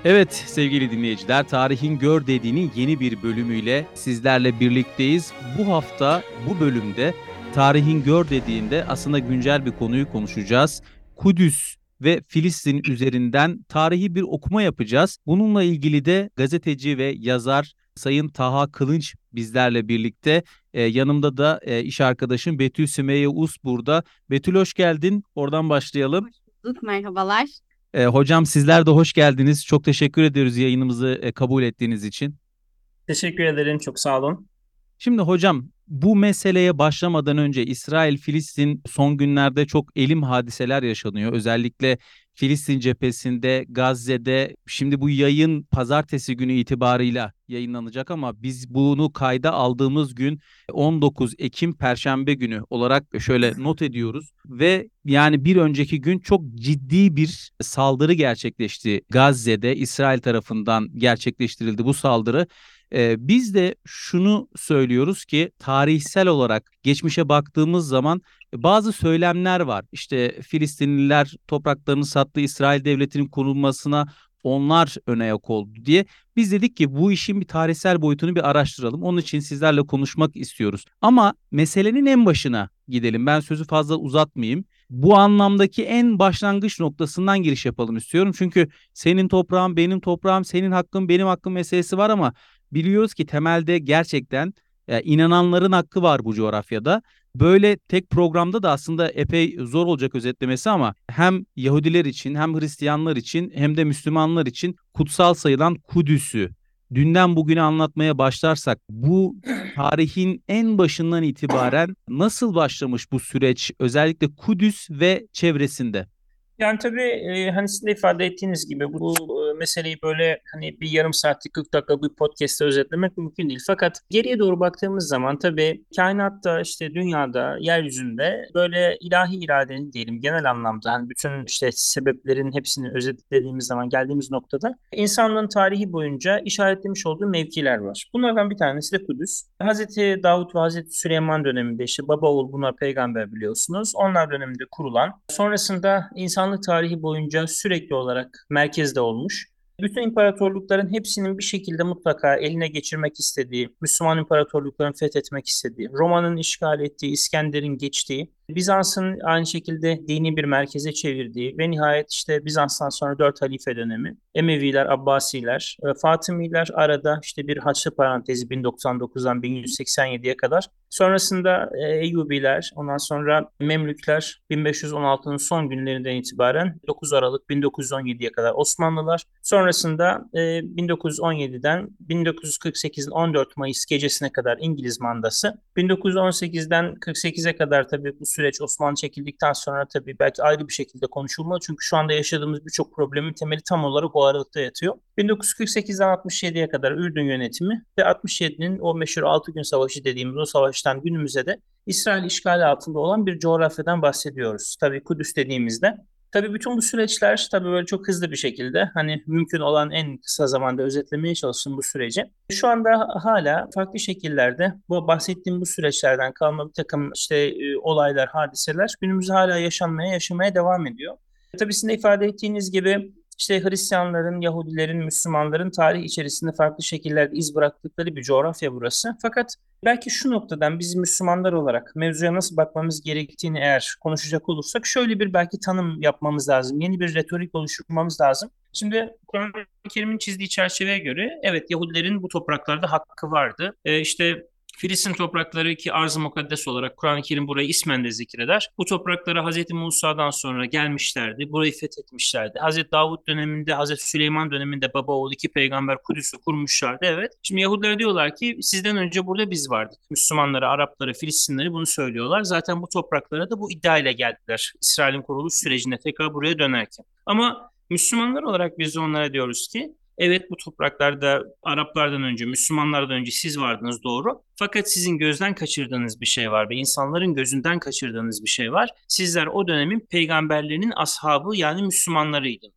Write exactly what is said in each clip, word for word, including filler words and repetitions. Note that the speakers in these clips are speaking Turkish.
Evet sevgili dinleyiciler, Tarihin Gör Dediğinin yeni bir bölümüyle sizlerle birlikteyiz. Bu hafta bu bölümde Tarihin Gör Dediğinde aslında güncel bir konuyu konuşacağız. Kudüs ve Filistin üzerinden tarihi bir okuma yapacağız. Bununla ilgili de gazeteci ve yazar Sayın Taha Kılınç bizlerle birlikte. Ee, yanımda da e, iş arkadaşım Betül Sümeyye Us burada. Betül hoş geldin. Oradan başlayalım. Hoş bulduk, merhabalar. E, hocam sizler de hoş geldiniz. Çok teşekkür ediyoruz yayınımızı e, kabul ettiğiniz için. Teşekkür ederim. Çok sağ olun. Şimdi hocam bu meseleye başlamadan önce İsrail-Filistin son günlerde çok elim hadiseler yaşanıyor. Özellikle Filistin cephesinde, Gazze'de. Şimdi bu yayın pazartesi günü itibarıyla yayınlanacak ama biz bunu kayda aldığımız gün on dokuz Ekim Perşembe günü olarak şöyle not ediyoruz. Ve yani bir önceki gün çok ciddi bir saldırı gerçekleşti Gazze'de. İsrail tarafından gerçekleştirildi bu saldırı. Ee, biz de şunu söylüyoruz ki tarihsel olarak geçmişe baktığımız zaman bazı söylemler var. İşte Filistinliler topraklarını sattı, İsrail devletinin kurulmasına onlar öne ayak oldu diye. Biz dedik ki bu işin bir tarihsel boyutunu bir araştıralım. Onun için sizlerle konuşmak istiyoruz. Ama meselenin en başına gidelim. Ben sözü fazla uzatmayayım. Bu anlamdaki en başlangıç noktasından giriş yapalım istiyorum. Çünkü senin toprağın, benim toprağım, senin hakkın, benim hakkım meselesi var ama biliyoruz ki temelde gerçekten e, inananların hakkı var bu coğrafyada. Böyle tek programda da aslında epey zor olacak özetlemesi ama hem Yahudiler için hem Hristiyanlar için hem de Müslümanlar için kutsal sayılan Kudüs'ü dünden bugüne anlatmaya başlarsak bu tarihin en başından itibaren nasıl başlamış bu süreç, özellikle Kudüs ve çevresinde? Yani tabii e, hani sizin de ifade ettiğiniz gibi bu e, meseleyi böyle hani bir yarım saatlik kırk dakika bir podcast'te özetlemek mümkün değil. Fakat geriye doğru baktığımız zaman tabii kainatta işte dünyada, yeryüzünde böyle ilahi iradenin diyelim genel anlamda hani bütün işte sebeplerin hepsini özetlediğimiz zaman geldiğimiz noktada insanlığın tarihi boyunca işaretlemiş olduğu mevkiler var. Bunlardan bir tanesi de Kudüs. Hazreti Davut ve Hazreti Süleyman döneminde işte baba oğul bunlar peygamber biliyorsunuz. Onlar döneminde kurulan sonrasında insanlık tarihi boyunca sürekli olarak merkezde olmuş. Bütün imparatorlukların hepsinin bir şekilde mutlaka eline geçirmek istediği, Müslüman imparatorlukların fethetmek istediği, Roma'nın işgal ettiği, İskender'in geçtiği, Bizans'ın aynı şekilde dini bir merkeze çevirdiği ve nihayet işte Bizans'tan sonra dört halife dönemi, Emeviler, Abbasiler, e, Fatimiler arada işte bir Haçlı parantezi bin doksan dokuzdan bin yüz seksen yediye kadar. Sonrasında e, Eyyubiler, ondan sonra Memlükler bin beş yüz on altının son günlerinden itibaren dokuz Aralık bin dokuz yüz on yediye kadar Osmanlılar. Sonrasında e, bin dokuz yüz on yediden bin dokuz yüz kırk sekizin on dört Mayıs gecesine kadar İngiliz mandası. bin dokuz yüz on sekizden kırk sekize kadar tabii bu süreç Osmanlı çekildikten sonra tabii belki ayrı bir şekilde konuşulmalı. Çünkü şu anda yaşadığımız birçok problemin temeli tam olarak o aralıkta yatıyor. bin dokuz yüz kırk sekizden altmış yediye kadar Ürdün yönetimi ve altmış yedinin o meşhur altı gün savaşı dediğimiz o savaştan günümüze de İsrail işgali altında olan bir coğrafyadan bahsediyoruz. Tabii Kudüs dediğimizde. Tabii bütün bu süreçler tabii böyle çok hızlı bir şekilde hani mümkün olan en kısa zamanda özetlemeye çalıştım bu süreci. Şu anda hala farklı şekillerde bu bahsettiğim bu süreçlerden kalma bir takım işte e, olaylar, hadiseler günümüzde hala yaşanmaya, yaşamaya devam ediyor. E, tabii sizin de ifade ettiğiniz gibi işte Hristiyanların, Yahudilerin, Müslümanların tarih içerisinde farklı şekillerde iz bıraktıkları bir coğrafya burası. Fakat belki şu noktadan biz Müslümanlar olarak mevzuya nasıl bakmamız gerektiğini eğer konuşacak olursak şöyle bir belki tanım yapmamız lazım. Yeni bir retorik oluşturmamız lazım. Şimdi Kur'an-ı Kerim'in çizdiği çerçeveye göre evet Yahudilerin bu topraklarda hakkı vardı. Ee, işte Filistin toprakları ki arz-ı mukaddes olarak Kur'an-ı Kerim burayı ismen de zikreder. Bu topraklara Hazreti Musa'dan sonra gelmişlerdi. Burayı fethetmişlerdi. Hazreti Davut döneminde, Hazreti Süleyman döneminde baba oğul iki peygamber Kudüs'ü kurmuşlardı. Evet. Şimdi Yahudiler diyorlar ki sizden önce burada biz vardık. Müslümanlara, Araplara, Filistinleri bunu söylüyorlar. Zaten bu topraklara da bu iddia ile geldiler. İsrail'in kuruluş sürecinde tekrar buraya dönerken. Ama Müslümanlar olarak biz de onlara diyoruz ki evet bu topraklarda Araplardan önce, Müslümanlardan önce siz vardınız doğru. Fakat sizin gözden kaçırdığınız bir şey var ve insanların gözünden kaçırdığınız bir şey var. Sizler o dönemin peygamberlerinin ashabı yani Müslümanlarıydınız.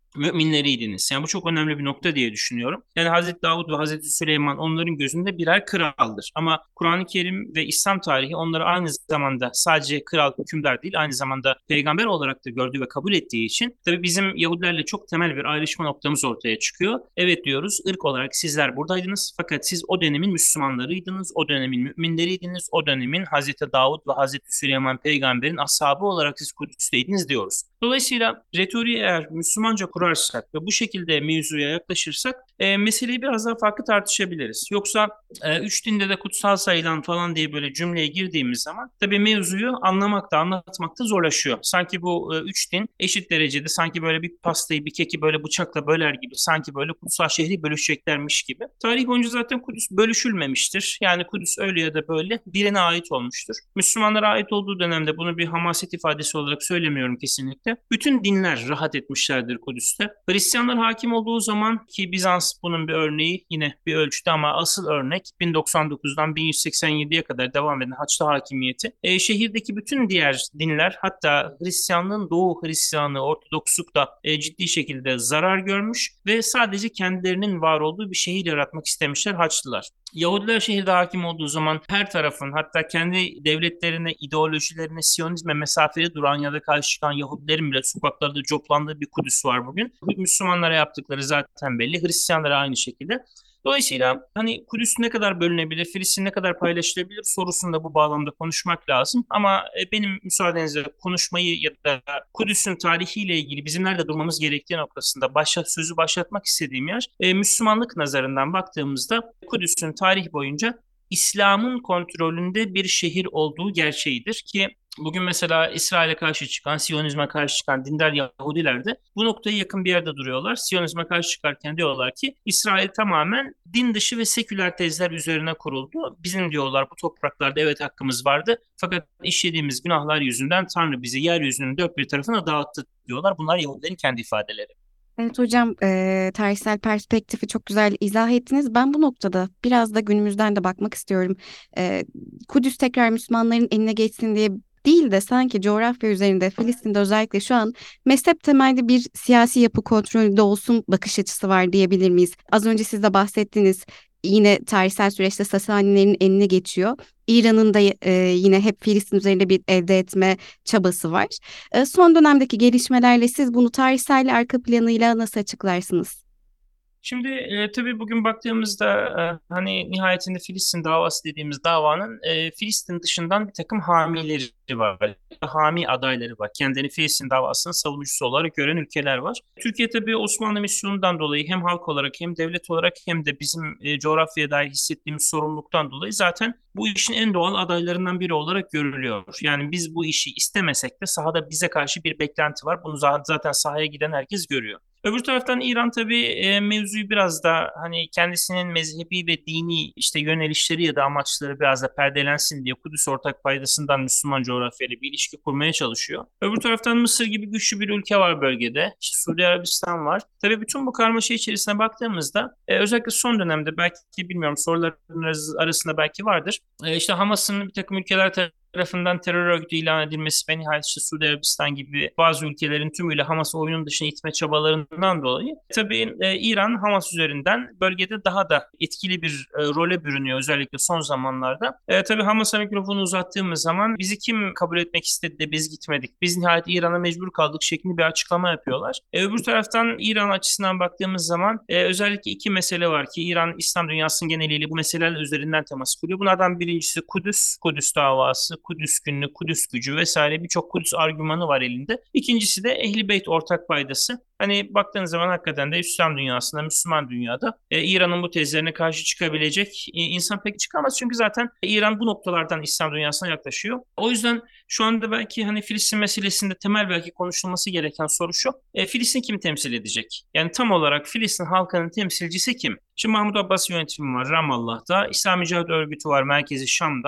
müminleriydiniz. Yani bu çok önemli bir nokta diye düşünüyorum. Yani Hazreti Davud ve Hazreti Süleyman onların gözünde birer kraldır. Ama Kur'an-ı Kerim ve İslam tarihi onları aynı zamanda sadece kral, hükümdar değil, aynı zamanda peygamber olarak da gördüğü ve kabul ettiği için tabii bizim Yahudilerle çok temel bir ayrışma noktamız ortaya çıkıyor. Evet diyoruz, ırk olarak sizler buradaydınız fakat siz o dönemin Müslümanlarıydınız, o dönemin müminleriydiniz, o dönemin Hazreti Davud ve Hazreti Süleyman peygamberin ashabı olarak siz Kudüs'teydiniz diyoruz. Dolayısıyla retoriği eğer Müslümanca kurarsak ve bu şekilde mevzuya yaklaşırsak e, meseleyi biraz daha farklı tartışabiliriz. Yoksa e, üç dinde de kutsal sayılan falan diye böyle cümleye girdiğimiz zaman tabii mevzuyu anlamakta, anlatmakta zorlaşıyor. Sanki bu e, üç din eşit derecede sanki böyle bir pastayı, bir keki böyle bıçakla böler gibi, sanki böyle kutsal şehri bölüşeceklermiş gibi. Tarih boyunca zaten Kudüs bölüşülmemiştir. Yani Kudüs öyle ya da böyle birine ait olmuştur. Müslümanlara ait olduğu dönemde bunu bir hamaset ifadesi olarak söylemiyorum kesinlikle. Bütün dinler rahat etmişlerdir Kudüs'te. Hristiyanlar hakim olduğu zaman ki Bizans bunun bir örneği yine bir ölçüde ama asıl örnek bin doksan dokuzdan bin yüz seksen yediye kadar devam eden Haçlı hakimiyeti. E, şehirdeki bütün diğer dinler hatta Hristiyanlığın Doğu Hristiyanlığı, Ortodoksluk da e, ciddi şekilde zarar görmüş ve sadece kendilerinin var olduğu bir şehir yaratmak istemişler Haçlılar. Yahudiler şehirde hakim olduğu zaman her tarafın hatta kendi devletlerine, ideolojilerine, Siyonizme mesafeli duran ya da karşı çıkan Yahudilerin bile sokaklarda coplandığı bir Kudüs var bugün. Müslümanlara yaptıkları zaten belli, Hristiyanlara aynı şekilde. Dolayısıyla hani Kudüs ne kadar bölünebilir, Filistin ne kadar paylaşılabilir sorusunda bu bağlamda konuşmak lazım. Ama e, benim müsaadenizle konuşmayı ya da Kudüs'ün tarihiyle ilgili bizim nerede durmamız gerektiği noktasında başlat, sözü başlatmak istediğim yer e, Müslümanlık nazarından baktığımızda Kudüs'ün tarih boyunca İslam'ın kontrolünde bir şehir olduğu gerçeğidir ki bugün mesela İsrail'e karşı çıkan, Siyonizme karşı çıkan dindar Yahudiler de bu noktaya yakın bir yerde duruyorlar. Siyonizme karşı çıkarken diyorlar ki İsrail tamamen din dışı ve seküler tezler üzerine kuruldu. Bizim diyorlar bu topraklarda evet hakkımız vardı. Fakat işlediğimiz günahlar yüzünden Tanrı bizi yeryüzünün dört bir tarafına dağıttı diyorlar. Bunlar Yahudilerin kendi ifadeleri. Evet hocam, eee, tarihsel perspektifi çok güzel izah ettiniz. Ben bu noktada biraz da günümüzden de bakmak istiyorum. Eee, Kudüs tekrar Müslümanların eline geçsin diye değil de sanki coğrafya üzerinde Filistin'de özellikle şu an mezhep temelli bir siyasi yapı kontrolünde olsun bakış açısı var diyebilir miyiz? Az önce siz de bahsettiniz. Yine tarihsel süreçte Sasanilerin eline geçiyor. İran'ın da e, yine hep Filistin üzerinde bir elde etme çabası var. E, son dönemdeki gelişmelerle siz bunu tarihsel arka planıyla nasıl açıklarsınız? Şimdi e, tabii bugün baktığımızda e, hani nihayetinde Filistin davası dediğimiz davanın e, Filistin dışından bir takım hamileri var. Hami adayları var. Kendini Filistin davasının savunucusu olarak gören ülkeler var. Türkiye tabii Osmanlı misyonundan dolayı hem halk olarak hem devlet olarak hem de bizim e, coğrafyaya dair hissettiğimiz sorumluluktan dolayı zaten bu işin en doğal adaylarından biri olarak görülüyor. Yani biz bu işi istemesek de sahada bize karşı bir beklenti var. Bunu zaten sahaya giden herkes görüyor. Öbür taraftan İran tabii e, mevzuyu biraz da hani kendisinin mezhebi ve dini işte yönelişleri ya da amaçları biraz da perdelensin diye Kudüs ortak paydasından Müslüman coğrafyayla bir ilişki kurmaya çalışıyor. Öbür taraftan Mısır gibi güçlü bir ülke var bölgede. İşte Suudi Arabistan var. Tabii bütün bu karmaşa içerisine baktığımızda e, özellikle son dönemde belki bilmiyorum soruların arasında belki vardır. E, işte Hamas'ın bir takım ülkeler tarafından terör örgütü ilan edilmesi ve nihayet işte Suudi Arabistan gibi bazı ülkelerin tümüyle Hamas'ı oyunun dışına itme çabalarından dolayı tabii e, İran Hamas üzerinden bölgede daha da etkili bir e, role bürünüyor özellikle son zamanlarda. E, tabii Hamas'a mikrofonu uzattığımız zaman bizi kim kabul etmek istedi de biz gitmedik. Biz nihayet İran'a mecbur kaldık şeklinde bir açıklama yapıyorlar. E, öbür taraftan İran açısından baktığımız zaman e, özellikle iki mesele var ki İran İslam dünyasının geneliyle bu meseleler üzerinden temas kuruyor. Bunlardan birincisi Kudüs, Kudüs davası, Kudüs günlüğü, Kudüs gücü vesaire birçok Kudüs argümanı var elinde. İkincisi de Ehl-i Beyt ortak paydası. Hani baktığınız zaman hakikaten de İslam dünyasında, Müslüman dünyada e, İran'ın bu tezlerine karşı çıkabilecek e, insan pek çıkamaz. Çünkü zaten İran bu noktalardan İslam dünyasına yaklaşıyor. O yüzden şu anda belki hani Filistin meselesinde temel belki konuşulması gereken soru şu. E, Filistin kimi temsil edecek? Yani tam olarak Filistin halkının temsilcisi kim? Şimdi Mahmut Abbas yönetimi var Ramallah'ta. İslam Mücahit Örgütü var merkezi Şam'da.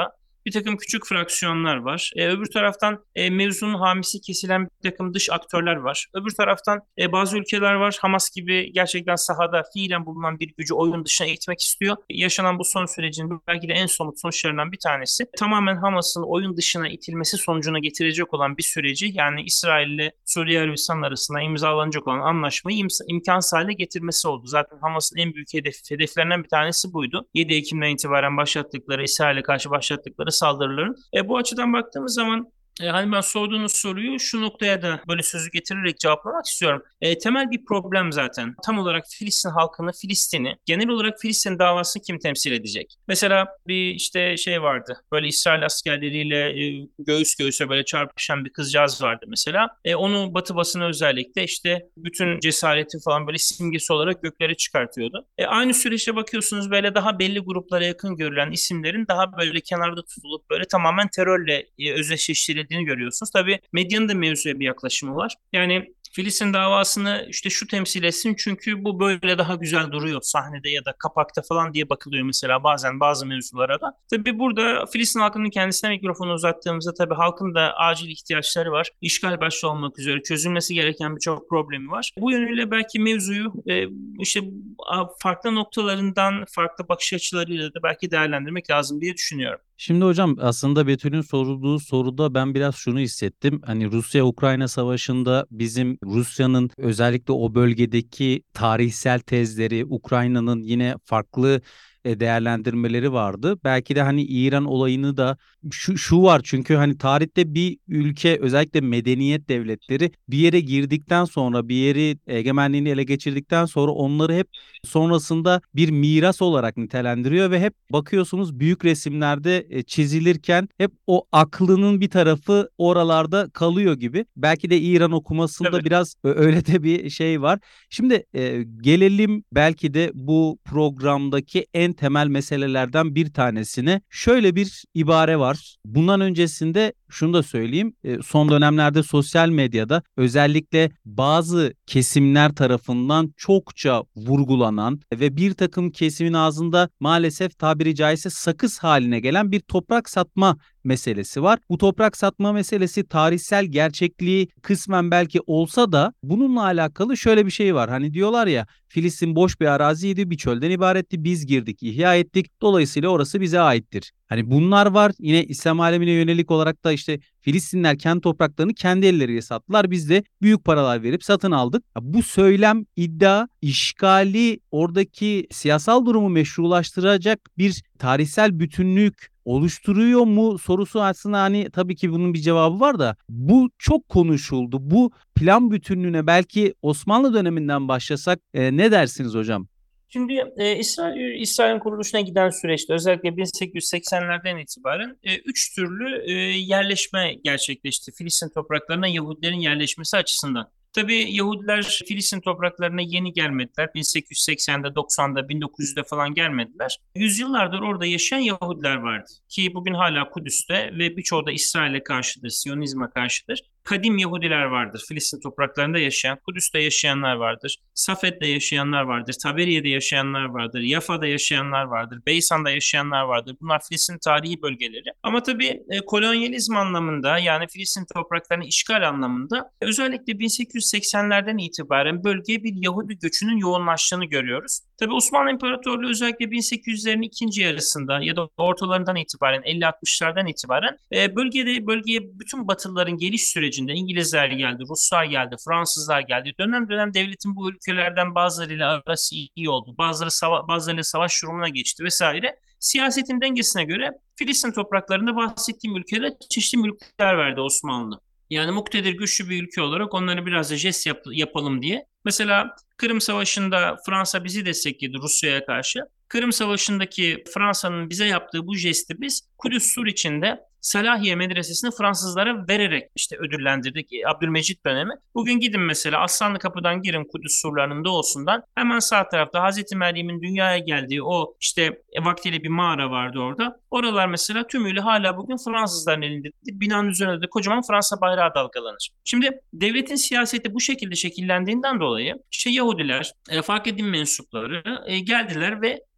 bir takım küçük fraksiyonlar var. E, öbür taraftan e, mevzunun hamisi kesilen bir takım dış aktörler var. Öbür taraftan e, bazı ülkeler var. Hamas gibi gerçekten sahada fiilen bulunan bir gücü oyun dışına itmek istiyor. Yaşanan bu son sürecin belki de en somut sonuçlarından bir tanesi tamamen Hamas'ın oyun dışına itilmesi sonucuna getirecek olan bir süreci, yani İsrail ile Suudi Arabistan arasında imzalanacak olan anlaşmayı ims- imkansız hale getirmesi oldu. Zaten Hamas'ın en büyük hedef, hedeflerinden bir tanesi buydu. yedi Ekim'den itibaren başlattıkları, İsrail'e karşı başlattıkları saldırıların. E, bu açıdan baktığımız zaman e, hani ben sorduğunuz soruyu şu noktaya da böyle sözü getirerek cevaplamak istiyorum. E, temel bir problem zaten. Tam olarak Filistin halkını, Filistin'i, genel olarak Filistin davasını kim temsil edecek? Mesela bir işte şey vardı. Böyle İsrail askerleriyle e, göğüs göğüse böyle çarpışan bir kızcağız vardı mesela. E, onu Batı basını özellikle işte bütün cesareti falan böyle simgesi olarak göklere çıkartıyordu. E, aynı süreçte bakıyorsunuz böyle daha belli gruplara yakın görülen isimlerin daha böyle kenarda tutulup böyle tamamen terörle e, özdeşleştirildiğini görüyorsunuz. Tabii medyanın da mevzuya bir yaklaşımı var. Yani Filistin davasını işte şu temsil etsin çünkü bu böyle daha güzel duruyor sahnede ya da kapakta falan diye bakılıyor mesela bazen bazı mevzulara da. Tabii burada Filistin halkının kendisine mikrofonu uzattığımızda tabii halkın da acil ihtiyaçları var. İşgal başta olmak üzere çözülmesi gereken birçok problemi var. Bu yönüyle belki mevzuyu e, işte farklı noktalarından, farklı bakış açılarıyla da belki değerlendirmek lazım diye düşünüyorum. Şimdi hocam aslında Betül'ün sorduğu soruda ben biraz şunu hissettim. Hani Rusya-Ukrayna savaşında bizim Rusya'nın özellikle o bölgedeki tarihsel tezleri, Ukrayna'nın yine farklı e, değerlendirmeleri vardı. Belki de hani İran olayını da şu, şu var çünkü hani tarihte bir ülke özellikle medeniyet devletleri bir yere girdikten sonra bir yeri egemenliğini ele geçirdikten sonra onları hep sonrasında bir miras olarak nitelendiriyor ve hep bakıyorsunuz büyük resimlerde e, çizilirken hep o aklının bir tarafı oralarda kalıyor gibi. Belki de İran okumasında Evet. biraz ö- öyle de bir şey var. Şimdi e, gelelim belki de bu programdaki en temel meselelerden bir tanesine. Şöyle bir ibare var. Bundan öncesinde şunu da söyleyeyim. E, son dönemlerde sosyal medyada özellikle bazı kesimler tarafından çokça vurgulanan ve bir takım kesimin ağzında maalesef tabiri caizse sakız haline gelen bir toprak satma meselesi var. Bu toprak satma meselesi tarihsel gerçekliği kısmen belki olsa da bununla alakalı şöyle bir şey var. Hani diyorlar ya Filistin boş bir araziydi, bir çölden ibaretti. Biz girdik, ihya ettik. Dolayısıyla orası bize aittir. Hani bunlar var. Yine İslam alemine yönelik olarak da işte Filistinler kendi topraklarını kendi elleriyle sattılar. Biz de büyük paralar verip satın aldık. Bu söylem, iddia, işgali, oradaki siyasal durumu meşrulaştıracak bir tarihsel bütünlük oluşturuyor mu sorusu aslında hani tabii ki bunun bir cevabı var da bu çok konuşuldu. Bu plan bütünlüğüne belki Osmanlı döneminden başlasak e, ne dersiniz hocam? Şimdi e, İsrail, İsrail'in kuruluşuna giden süreçte özellikle bin sekiz yüz seksenlerden itibaren e, üç türlü e, yerleşme gerçekleşti Filistin topraklarına Yahudilerin yerleşmesi açısından. Tabii Yahudiler Filistin topraklarına yeni gelmediler. bin sekiz yüz seksende, doksanda, bin dokuz yüzde falan gelmediler. Yüzyıllardır orada yaşayan Yahudiler vardı. Ki bugün hala Kudüs'te ve birçoğu da İsrail'e karşıdır, Siyonizme karşıdır. Kadim Yahudiler vardır. Filistin topraklarında yaşayan, Kudüs'te yaşayanlar vardır. Safed'de yaşayanlar vardır. Taberiye'de yaşayanlar vardır. Yafa'da yaşayanlar vardır. Beysan'da yaşayanlar vardır. Bunlar Filistin tarihi bölgeleri. Ama tabii e, kolonyalizm anlamında yani Filistin topraklarını işgal anlamında özellikle bin sekiz yüz seksenlerden itibaren bölgeye bir Yahudi göçünün yoğunlaştığını görüyoruz. Tabii Osmanlı İmparatorluğu özellikle bin sekiz yüzlerin ikinci yarısında ya da ortalarından itibaren elli altmışlardan itibaren e, bölgede bölgeye bütün Batılıların geliş sürecinde İngilizler geldi, Ruslar geldi, Fransızlar geldi. Dönem dönem devletin bu ülkelerden bazılarıyla arası iyi oldu. Bazıları sava bazılarıyla savaş durumuna geçti vesaire. Siyasetin dengesine göre Filistin topraklarında bahsettiğim ülkelere çeşitli mülkler verdi Osmanlı. Yani muktedir güçlü bir ülke olarak onları biraz da jest yap yapalım diye. Mesela Kırım Savaşı'nda Fransa bizi destekledi Rusya'ya karşı. Kırım Savaşı'ndaki Fransa'nın bize yaptığı bu jesti biz Kudüs Sur içinde Salahiye Medresesi'ni Fransızlara vererek işte ödüllendirdik Abdülmecit dönemi. Bugün gidin mesela Aslanlı Kapı'dan girin Kudüs surlarının doğusundan. Hemen sağ tarafta Hazreti Meryem'in dünyaya geldiği o işte vaktiyle bir mağara vardı orada. Oralar mesela tümüyle hala bugün Fransızların elinde. Binanın üzerinde de kocaman Fransa bayrağı dalgalanır. Şimdi devletin siyaseti bu şekilde şekillendiğinden dolayı işte Yahudiler, e, farklı din mensupları e, geldiler ve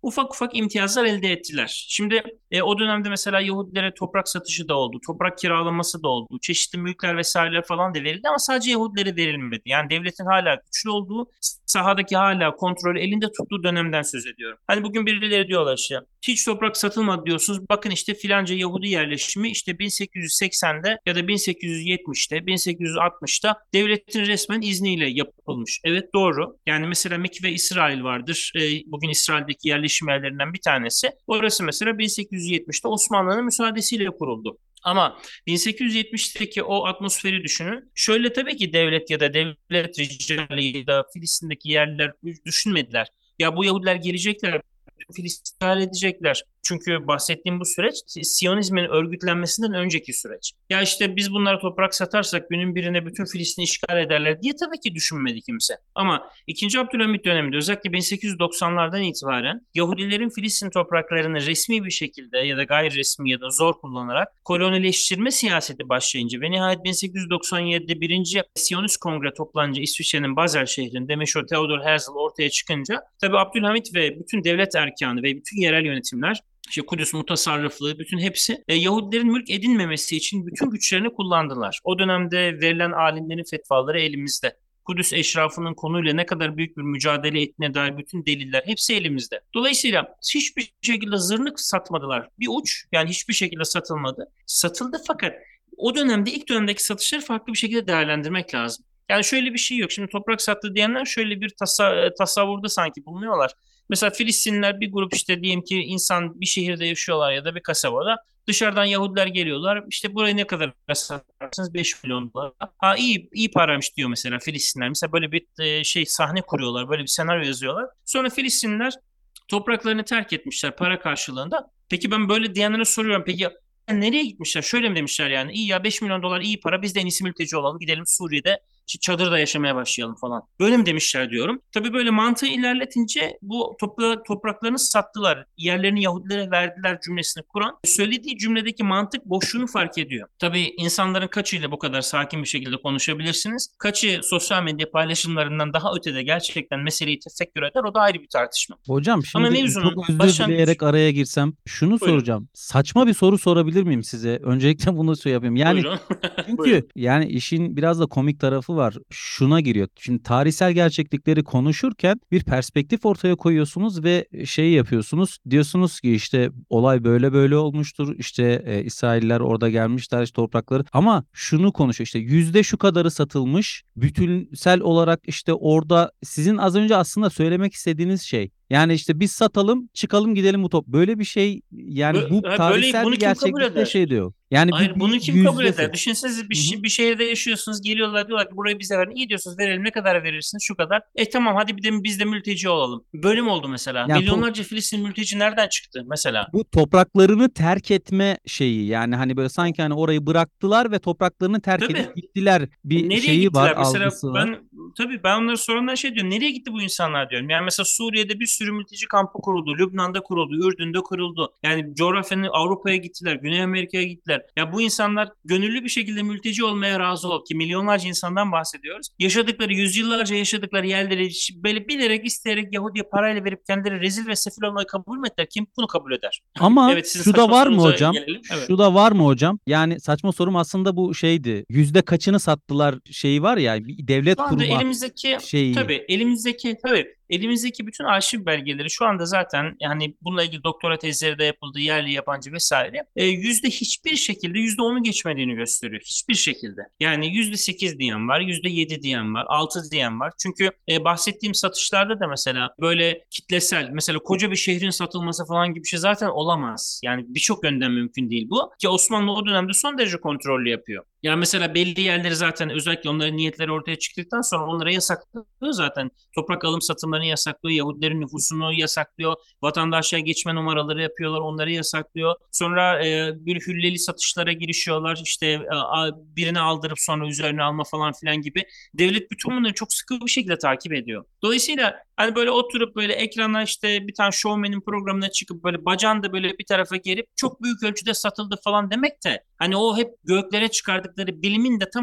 ufak ufak imtiyazlar elde ettiler. Şimdi e, o dönemde mesela Yahudilere toprak satışı da oldu, toprak kiralaması da oldu, çeşitli mülkler vesaireler falan da verildi ama sadece Yahudilere verilmedi. Yani devletin hala güçlü olduğu, sahadaki hala kontrolü elinde tuttuğu dönemden söz ediyorum. Hani bugün birileri diyorlar işte hiç toprak satılmadı diyorsunuz. Bakın işte filanca Yahudi yerleşimi işte bin sekiz yüz seksende ya da bin sekiz yüz yetmişte, bin sekiz yüz altmışta devletin resmen izniyle yapılmış. Evet doğru. Yani mesela Mekki ve İsrail vardır. Ee, bugün İsrail'deki yerleşim yerlerinden bir tanesi. Orası mesela bin sekiz yüz yetmişte Osmanlı'nın müsaadesiyle kuruldu. Ama bin sekiz yüz yetmişteki o atmosferi düşünün. Şöyle tabii ki devlet ya da devlet ricali ya da Filistin'deki yerliler düşünmediler. Ya bu Yahudiler gelecekler, Filistin'i işgal edecekler. Çünkü bahsettiğim bu süreç Siyonizmin örgütlenmesinden önceki süreç. Ya işte biz bunlara toprak satarsak günün birine bütün Filistin'i işgal ederler diye tabii ki düşünmedi kimse. Ama ikinci. Abdülhamit döneminde özellikle bin sekiz yüz doksanlardan itibaren Yahudilerin Filistin topraklarını resmi bir şekilde ya da gayri resmi ya da zor kullanarak kolonileştirme siyaseti başlayınca ve nihayet bin sekiz yüz doksan yedide birinci Siyonist Kongre toplanınca İsviçre'nin Basel şehrinde meşhur Theodor Herzl ortaya çıkınca tabii Abdülhamit ve bütün devlet erkanı ve bütün yerel yönetimler İşte Kudüs mutasarrıflığı, bütün hepsi e, Yahudilerin mülk edinmemesi için bütün güçlerini kullandılar. O dönemde verilen alimlerin fetvaları elimizde. Kudüs eşrafının konuyla ne kadar büyük bir mücadele ettiğine dair bütün deliller hepsi elimizde. Dolayısıyla hiçbir şekilde zırnık satmadılar. Bir uç yani hiçbir şekilde satılmadı. Satıldı fakat o dönemde ilk dönemdeki satışları farklı bir şekilde değerlendirmek lazım. Yani şöyle bir şey yok. Şimdi toprak sattı diyenler şöyle bir tasa, tasavvurda sanki bulunuyorlar. Mesela Filistinliler bir grup işte diyelim ki insan bir şehirde yaşıyorlar ya da bir kasabada. Dışarıdan Yahudiler geliyorlar. İşte burayı ne kadar satarsınız? beş milyon dolar. Ha iyi iyi paramış diyor mesela Filistinler. Mesela böyle bir e, şey sahne kuruyorlar. Böyle bir senaryo yazıyorlar. Sonra Filistinliler topraklarını terk etmişler para karşılığında. Peki ben böyle diyenlere soruyorum. Peki ya nereye gitmişler? Şöyle mi demişler yani? İyi ya beş milyon dolar iyi para. Biz de en iyisi mülteci olalım. Gidelim Suriye'de çadırda yaşamaya başlayalım falan. Böyle mi demişler diyorum. Tabii böyle mantığı ilerletince bu topra topraklarını sattılar. Yerlerini Yahudilere verdiler cümlesini kuran söylediği cümledeki mantık boşluğunu fark ediyor. Tabii insanların kaçıyla bu kadar sakin bir şekilde konuşabilirsiniz? Kaçı sosyal medya paylaşımlarından daha ötede gerçekten meseleyi tefekkür eder? O da ayrı bir tartışma. Hocam Ama şimdi mevzunun çok özür başlangıcı. dileyerek araya girsem şunu Buyurun. soracağım. Saçma bir soru sorabilir miyim size? Öncelikle bunu şey yapayım. Yani Buyurun. çünkü Buyurun. yani işin biraz da komik tarafı var. Şuna giriyor. Şimdi tarihsel gerçeklikleri konuşurken bir perspektif ortaya koyuyorsunuz ve şey yapıyorsunuz. Diyorsunuz ki işte olay böyle böyle olmuştur. İşte e, İsrailler orada gelmişler işte toprakları. Ama şunu konuşuyor. İşte yüzde şu kadarı satılmış. Bütünsel olarak işte orada sizin az önce aslında söylemek istediğiniz şey. Yani işte biz satalım, çıkalım gidelim bu top. Böyle bir şey yani bu Bö- ha, Böyle tarihsel bir bunu kim kabul gerçeklikte eder? şey diyor. Yani bir, Hayır bir bunu kim kabul yüzdesi. eder? Düşünsenize bir, Hı hı. şi- bir şehirde yaşıyorsunuz. Geliyorlar diyorlar ki burayı bize verin. İyi diyorsunuz verelim. Ne kadar verirsiniz? Şu kadar. E tamam hadi bir de biz de mülteci olalım. Böyle mi oldu mesela? Yani to- Milyonlarca Filistin mülteci nereden çıktı mesela? bu topraklarını terk etme şeyi yani hani böyle sanki hani orayı bıraktılar ve topraklarını terk edip Tabii. gittiler bir Nereye şeyi var, gittiler? Mesela algısı var. ben tabii ben onları soranlar şey diyorum. Nereye gitti bu insanlar diyorum. Yani mesela Suriye'de bir sürü mülteci kampı kuruldu. Lübnan'da kuruldu. Ürdün'de kuruldu. Yani coğrafyanın Avrupa'ya gittiler. Güney Amerika'ya gittiler. Ya bu insanlar gönüllü bir şekilde mülteci olmaya razı ol ki milyonlarca insandan bahsediyoruz. Yaşadıkları yüzyıllarca yaşadıkları yerleri böyle bilerek isteyerek Yahudi'ye parayla verip kendileri rezil ve sefil olmayı kabul mü ettiler? Kim bunu kabul eder? Ama Evet sizin şu da saçma var mı sorunuza hocam? gelelim. Evet. Şu da var mı hocam? Yani saçma sorum aslında bu şeydi. Yüzde kaçını sattılar şeyi var ya bir devlet Şu anda kurma elimizdeki şeyi. tabii elimizdeki tabii elimizdeki bütün arşiv belgeleri şu anda zaten yani bununla ilgili doktora tezleri de yapıldı yerli yabancı vesaire e, yüzde hiçbir şekilde yüzde onu geçmediğini gösteriyor hiçbir şekilde yani yüzde sekiz diyen var yüzde yedi diyen var altı diyen var çünkü e, bahsettiğim satışlarda da mesela böyle kitlesel mesela koca bir şehrin satılması falan gibi bir şey zaten olamaz yani birçok yönden mümkün değil bu ki Osmanlı o dönemde son derece kontrollü yapıyor. Yani mesela belli yerleri zaten özellikle onların niyetleri ortaya çıktıktan sonra onlara yasaklıyor zaten. Toprak alım satımlarını yasaklıyor. Yahudilerin nüfusunu yasaklıyor. Vatandaşlığa geçme numaraları yapıyorlar. Onları yasaklıyor. Sonra e, bir hülleli satışlara girişiyorlar. İşte e, a- birini aldırıp sonra üzerine alma falan filan gibi. Devlet bütün bunları çok sıkı bir şekilde takip ediyor. Dolayısıyla hani böyle oturup böyle ekrana işte bir tane showman'in programına çıkıp böyle bacağını da böyle bir tarafa gerip çok büyük ölçüde satıldı falan demek de hani o hep göklere çıkardıkları bilimin de tamamen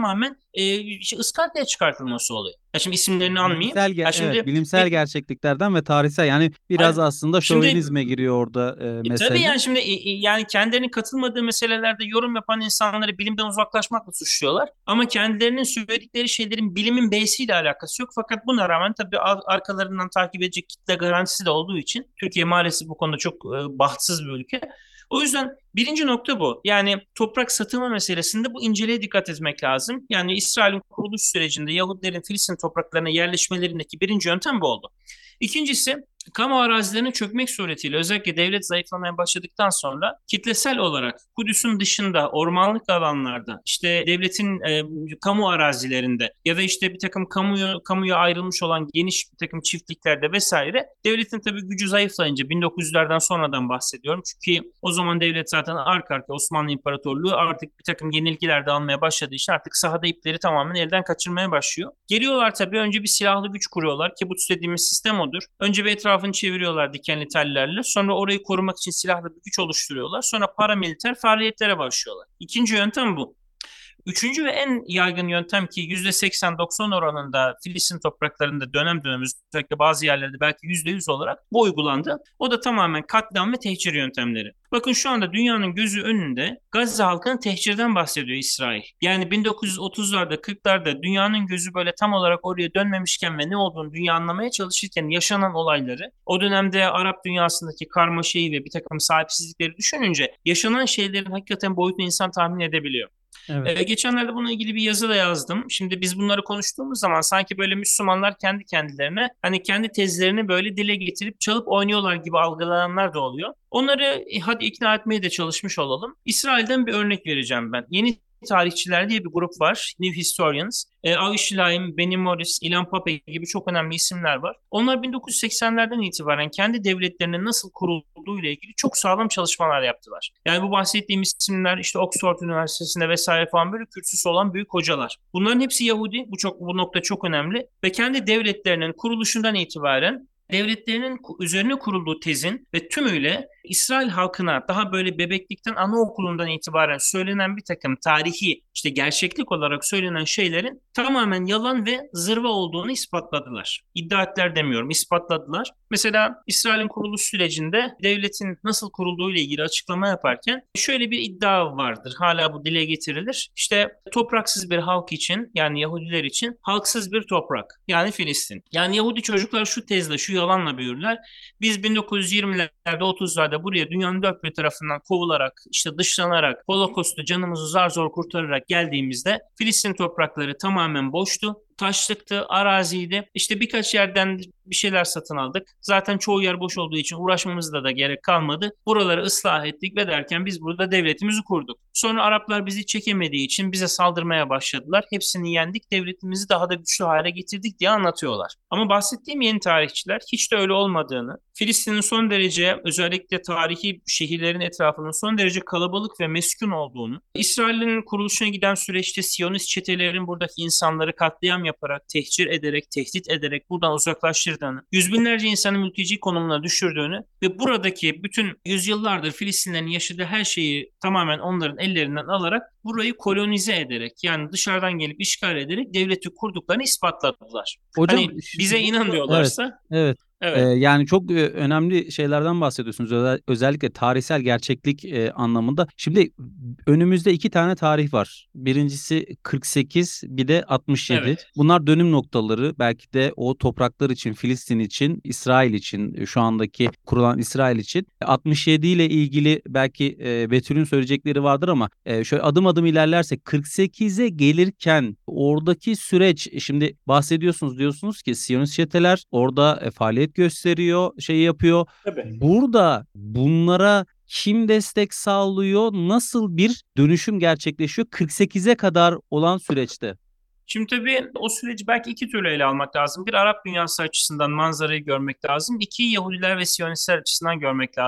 e, işte ıskartaya çıkartılması oluyor. Ya şimdi isimlerini anmayayım. Bilimsel ge- Ya evet, şimdi bilimsel bir, gerçekliklerden ve tarihsel, yani biraz hani aslında şimdi şövenizme giriyor orada e, E, tabii mesele. yani şimdi e, e, yani kendilerinin katılmadığı meselelerde yorum yapan insanları bilimden uzaklaşmakla suçluyorlar. Ama kendilerinin söyledikleri şeylerin bilimin B'siyle alakası yok. Fakat buna rağmen tabii ar- arkalarından takip edecek kitle garantisi de olduğu için Türkiye maalesef bu konuda çok e, bahtsız bir ülke. O yüzden birinci nokta bu. Yani toprak satılma meselesinde bu inceliğe dikkat etmek lazım. Yani İsrail'in kuruluş sürecinde Yahudilerin Filistin topraklarına yerleşmelerindeki birinci yöntem bu oldu. İkincisi, kamu arazilerinin çökmek suretiyle özellikle devlet zayıflamaya başladıktan sonra kitlesel olarak Kudüs'ün dışında ormanlık alanlarda işte devletin e, kamu arazilerinde ya da işte bir takım kamuya, kamuya ayrılmış olan geniş bir takım çiftliklerde vesaire devletin tabii gücü zayıflayınca bin dokuz yüzlerden sonradan bahsediyorum. Çünkü o zaman devlet zaten arka arka Osmanlı İmparatorluğu artık bir takım yenilgiler de almaya başladığı için artık sahada ipleri tamamen elden kaçırmaya başlıyor. Geliyorlar tabii önce bir silahlı güç kuruyorlar. Kibuts dediğimiz sistem odur. Önce bir etrafını çeviriyorlar dikenli tellerle. Sonra orayı korumak için silahlı bir güç oluşturuyorlar. Sonra paramiliter faaliyetlere başlıyorlar. İkinci yöntem bu. Üçüncü ve en yaygın yöntem ki yüzde seksen doksan oranında Filistin topraklarında dönem dönem özellikle bazı yerlerde belki yüzde yüz olarak bu uygulandı. O da tamamen katliam ve tehcir yöntemleri. Bakın şu anda dünyanın gözü önünde Gazze halkının tehcirden bahsediyor İsrail. Yani bin dokuz yüz otuzlarda kırklarda dünyanın gözü böyle tam olarak oraya dönmemişken ve ne olduğunu dünya anlamaya çalışırken yaşanan olayları, o dönemde Arap dünyasındaki karmaşayı ve bir takım sahipsizlikleri düşününce yaşanan şeylerin hakikaten boyutunu insan tahmin edebiliyor. Evet. Ee, geçenlerde bununla ilgili bir yazı da yazdım. Şimdi biz bunları konuştuğumuz zaman sanki böyle Müslümanlar kendi kendilerine hani kendi tezlerini böyle dile getirip çalıp oynuyorlar gibi algılananlar da oluyor. Onları e, hadi ikna etmeye de çalışmış olalım. İsrail'den bir örnek vereceğim ben. Yeni tarihçiler diye bir grup var. New Historians. E, Avi Shlaim, Benny Morris, Ilan Pape gibi çok önemli isimler var. Onlar bin dokuz yüz seksenlerden itibaren kendi devletlerinin nasıl kurulduğu ile ilgili çok sağlam çalışmalar yaptılar. Yani bu bahsettiğim isimler işte Oxford Üniversitesi'nde vesaire falan böyle kürsüsü olan büyük hocalar. Bunların hepsi Yahudi. Bu çok bu nokta çok önemli ve kendi devletlerinin kuruluşundan itibaren devletlerinin üzerine kurulduğu tezin ve tümüyle İsrail halkına daha böyle bebeklikten anaokulundan itibaren söylenen bir takım tarihi işte gerçeklik olarak söylenen şeylerin tamamen yalan ve zırva olduğunu ispatladılar. İddia ettiler demiyorum, ispatladılar. Mesela İsrail'in kuruluş sürecinde devletin nasıl kurulduğu ile ilgili açıklama yaparken şöyle bir iddia vardır. Hala bu dile getirilir. İşte topraksız bir halk için yani Yahudiler için halksız bir toprak yani Filistin. Yani Yahudi çocuklar şu tezle, şu yalanla büyürler. Biz bin dokuz yüz yirmilerde, otuzlarda buraya dünyanın dört bir tarafından kovularak, işte dışlanarak, Holocaust'ta canımızı zar zor kurtararak geldiğimizde Filistin toprakları tamamen boştu. Taşlıktı, araziydi. İşte birkaç yerden bir şeyler satın aldık. Zaten çoğu yer boş olduğu için uğraşmamızda da gerek kalmadı. Buraları ıslah ettik ve derken biz burada devletimizi kurduk. Sonra Araplar bizi çekemediği için bize saldırmaya başladılar. Hepsini yendik, devletimizi daha da güçlü hale getirdik diye anlatıyorlar. Ama bahsettiğim yeni tarihçiler hiç de öyle olmadığını, Filistin'in son derece özellikle tarihi şehirlerin etrafının son derece kalabalık ve meskun olduğunu, İsrail'in kuruluşuna giden süreçte Siyonist çetelerin buradaki insanları katliam yaparak, tehcir ederek, tehdit ederek buradan uzaklaştırdığını, yüz binlerce insanı mülteci konumuna düşürdüğünü ve buradaki bütün yüzyıllardır Filistinlerin yaşadığı her şeyi tamamen onların ellerinden alarak burayı kolonize ederek yani dışarıdan gelip işgal ederek devleti kurduklarını ispatladılar. Hocam Hani şu- bize inan evet, diyorlarsa evet. Ee, evet, yani çok e, önemli şeylerden bahsediyorsunuz. Özel- özellikle tarihsel gerçeklik e, anlamında. Şimdi önümüzde iki tane tarih var. Birincisi kırk sekiz, bir de altmış yedi. evet. Bunlar dönüm noktaları. Belki de o topraklar için, Filistin için, İsrail için, e, şu andaki kurulan İsrail için. altmış yedi ile ilgili belki e, Betül'ün söyleyecekleri vardır ama e, şöyle adım adım ilerlersek kırk sekize gelirken oradaki süreç, şimdi bahsediyorsunuz, diyorsunuz ki Siyonist çeteler orada e, faaliyet gösteriyor, şey yapıyor. Tabii. Burada bunlara kim destek sağlıyor? Nasıl bir dönüşüm gerçekleşiyor kırk sekize kadar olan süreçte? Şimdi tabii o süreci belki iki türlü ele almak lazım. Bir Arap dünyası açısından manzarayı görmek lazım. İki Yahudiler ve Siyonistler açısından görmek lazım.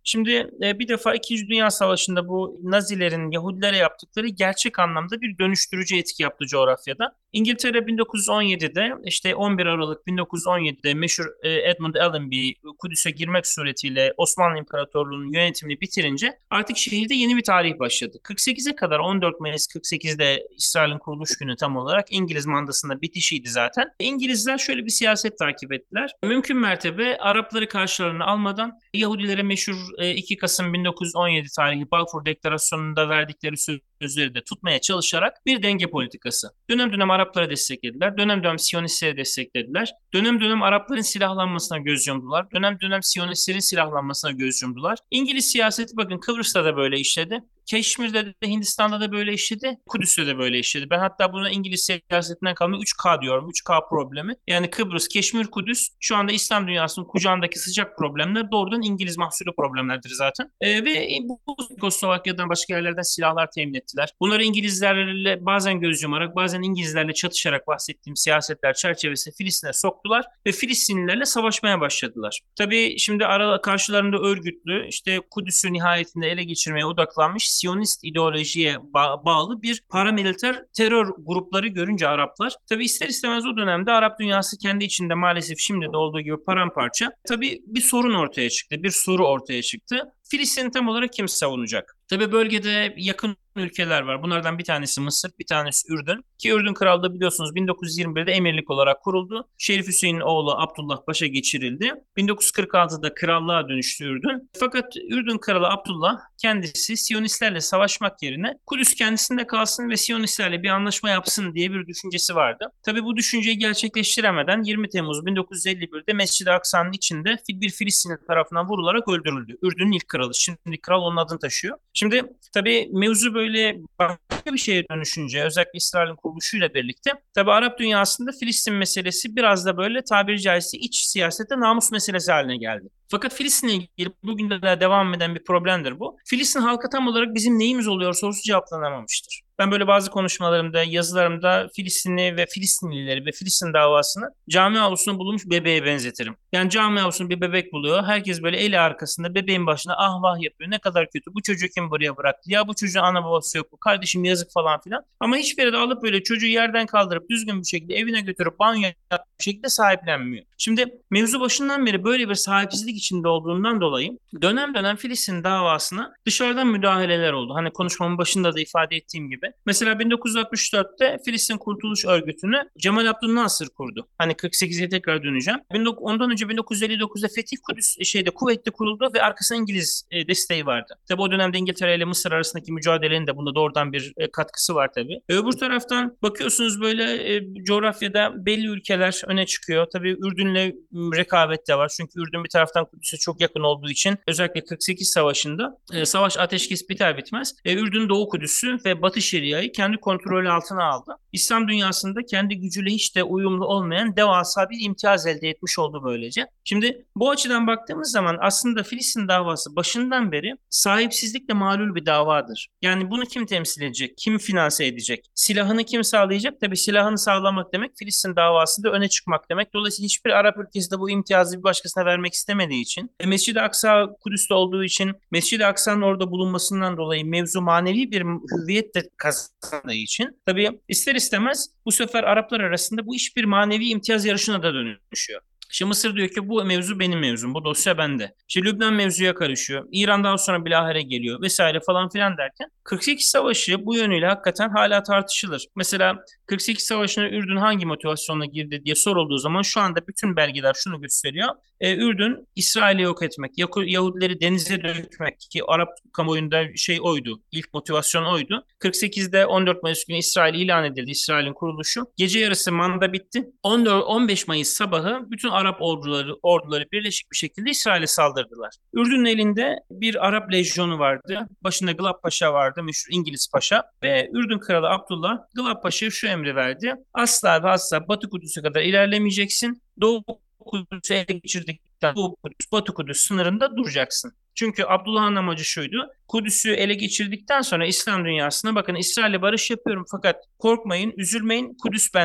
Şimdi e, bir defa İkinci Dünya Savaşı'nda bu Nazilerin Yahudilere yaptıkları gerçek anlamda bir dönüştürücü etki yaptı coğrafyada. İngiltere bin dokuz yüz on yedide işte on bir Aralık bin dokuz yüz on yedide meşhur e, Edmund Allenby Kudüs'e girmek suretiyle Osmanlı İmparatorluğu'nun yönetimini bitirince artık şehirde yeni bir tarih başladı. kırk sekize kadar on dört Mayıs kırk sekizde İsrail'in kuruluş günü tam olarak İngiliz mandasında bitişiydi zaten. İngilizler şöyle bir siyaset takip ettiler. Mümkün mertebe Arapları karşılarına almadan Yahudilere meşhur e, iki Kasım bin dokuz yüz on yedi tarihli Balfour Deklarasyonu'nda verdikleri sözleri de tutmaya çalışarak bir denge politikası. Dönem dönem Arapları desteklediler, dönem dönem Siyonistleri desteklediler, dönem dönem Arapların silahlanmasına göz yumdular, dönem dönem Siyonistlerin silahlanmasına göz yumdular. İngiliz siyaseti bakın Kıbrıs'ta da böyle işledi. Keşmir'de de Hindistan'da da böyle işledi. Kudüs'te de böyle işledi. Ben hatta buna İngiliz siyasetinden kalma üç K diyorum. üç K problemi. Yani Kıbrıs, Keşmir, Kudüs şu anda İslam dünyasının kucağındaki sıcak problemler doğrudan İngiliz mahsulü problemlerdir zaten. E, ve bu Çekoslovakya'dan başka yerlerden silahlar temin ettiler. Bunları İngilizlerle bazen göz yumarak bazen İngilizlerle çatışarak bahsettiğim siyasetler çerçevesinde Filistin'e soktular ve Filistinlilerle savaşmaya başladılar. Tabii şimdi ara, karşılarında örgütlü işte Kudüs'ü nihayetinde ele geçirmeye odaklanmış Siyonist ideolojiye ba- bağlı bir paramiliter terör grupları görünce Araplar tabii ister istemez o dönemde Arap dünyası kendi içinde maalesef şimdi de olduğu gibi paramparça tabii bir sorun ortaya çıktı. Bir soru ortaya çıktı. Filistin'i tam olarak kim savunacak? Tabii bölgede yakın ülkeler var. Bunlardan bir tanesi Mısır, bir tanesi Ürdün. Ki Ürdün Krallığı biliyorsunuz bin dokuz yüz yirmi birde emirlik olarak kuruldu. Şerif Hüseyin'in oğlu Abdullah Paşa geçirildi. bin dokuz yüz kırk altıda krallığa dönüştü Ürdün. Fakat Ürdün Kralı Abdullah kendisi Siyonistlerle savaşmak yerine Kudüs kendisinde kalsın ve Siyonistlerle bir anlaşma yapsın diye bir düşüncesi vardı. Tabii bu düşünceyi gerçekleştiremeden yirmi Temmuz bin dokuz yüz elli birde Mescid-i Aksa'nın içinde bir Filistinli tarafından vurularak öldürüldü. Ürdün'ün ilk kralı. Şimdi kral onun adını taşıyor. Şimdi tabii mevzu böyle başka bir şeye dönüşünce özellikle İsrail'in kuruluşuyla birlikte tabii Arap dünyasında Filistin meselesi biraz da böyle tabiri caizse iç siyasete namus meselesi haline geldi. Fakat Filistin'le ilgili bugün de devam eden bir problemdir bu. Filistin halkı tam olarak bizim neyimiz oluyor sorusu cevaplanamamıştır. Ben böyle bazı konuşmalarımda, yazılarımda Filistinli ve Filistinlileri ve Filistin davasını cami avlusuna bulunmuş bebeğe benzetirim. Yani cami avlusunda bir bebek buluyor. Herkes böyle eli arkasında bebeğin başına ah vah yapıyor. Ne kadar kötü. Bu çocuğu kim buraya bıraktı? Ya bu çocuğun ana babası yok mu? Kardeşim yazık falan filan. Ama hiçbiri de alıp böyle çocuğu yerden kaldırıp düzgün bir şekilde evine götürüp banyo yapıp bir şekilde sahiplenmiyor. Şimdi mevzu başından beri böyle bir sahipsizlik içinde olduğundan dolayı dönem dönem Filistin davasına dışarıdan müdahaleler oldu. Hani konuşmamın başında da ifade ettiğim gibi. Mesela bin dokuz yüz altmış dörtte Filistin Kurtuluş Örgütü'nü Cemal Abdülnasır kurdu. Hani kırk sekize tekrar döneceğim. Ondan önce bin dokuz yüz elli dokuzda Fetih Kudüs şeyde Kuveyt'te kuruldu ve arkasında İngiliz e, desteği vardı. Tabi o dönemde İngiltere ile Mısır arasındaki mücadelenin de bunda doğrudan bir e, katkısı var tabii. E, öbür taraftan bakıyorsunuz böyle e, coğrafyada belli ülkeler öne çıkıyor. Tabii Ürdün'le rekabet de var. Çünkü Ürdün bir taraftan Kudüs'e çok yakın olduğu için özellikle kırk sekiz Savaşı'nda e, savaş ateşkes biter bitmez e, Ürdün Doğu Kudüs'ü ve Batı Şeria'yı kendi kontrolü altına aldı. İslam dünyasında kendi gücüyle hiç de uyumlu olmayan devasa bir imtiyaz elde etmiş oldu böylece. Şimdi bu açıdan baktığımız zaman aslında Filistin davası başından beri sahipsizlikle malul bir davadır. Yani bunu kim temsil edecek? Kim finanse edecek? Silahını kim sağlayacak? Tabii silahını sağlamak demek Filistin davasında öne çıkmak demek. Dolayısıyla hiçbir Arap ülkesi de bu imtiyazı bir başkasına vermek istemediği için e, Mescid-i Aksa Kudüs'te olduğu için Mescid-i Aksa'nın orada bulunmasından dolayı mevzu manevi bir hüviyet de kazandığı için tabii ister istemez bu sefer Araplar arasında bu iş bir manevi imtiyaz yarışına da dönüşüyor. Şimdi Mısır diyor ki bu mevzu benim mevzum, bu dosya bende. Şimdi Lübnan mevzuya karışıyor. İran daha sonra bilahare geliyor vesaire falan filan derken kırk sekiz Savaşı bu yönüyle hakikaten hala tartışılır. Mesela kırk sekiz Savaşı'na Ürdün hangi motivasyonla girdi diye sorulduğu zaman şu anda bütün belgeler şunu gösteriyor. Ee, Ürdün İsrail'i yok etmek, Yahudileri denize dökmek ki Arap kamuoyunda şey oydu, ilk motivasyon oydu. kırk sekizde on dört Mayıs günü İsrail ilan edildi, İsrail'in kuruluşu. Gece yarısı manda bitti. on dört on beş Mayıs sabahı bütün Arap orduları orduları birleşik bir şekilde İsrail'e saldırdılar. Ürdün'ün elinde bir Arap lejyonu vardı. Başında Glab Paşa vardı, meşhur İngiliz Paşa ve Ürdün Kralı Abdullah Glab Paşa'ya şu emri verdi. Asla ve asla Batı Kudüs'e kadar ilerlemeyeceksin. Doğu Kudüs'ü ele geçirdikten Doğu Kudüs, Batı Kudüs sınırında duracaksın. Çünkü Abdullah'ın amacı şuydu. Kudüs'ü ele geçirdikten sonra İslam dünyasına bakın İsrail'le barış yapıyorum fakat korkmayın, üzülmeyin Kudüs bende.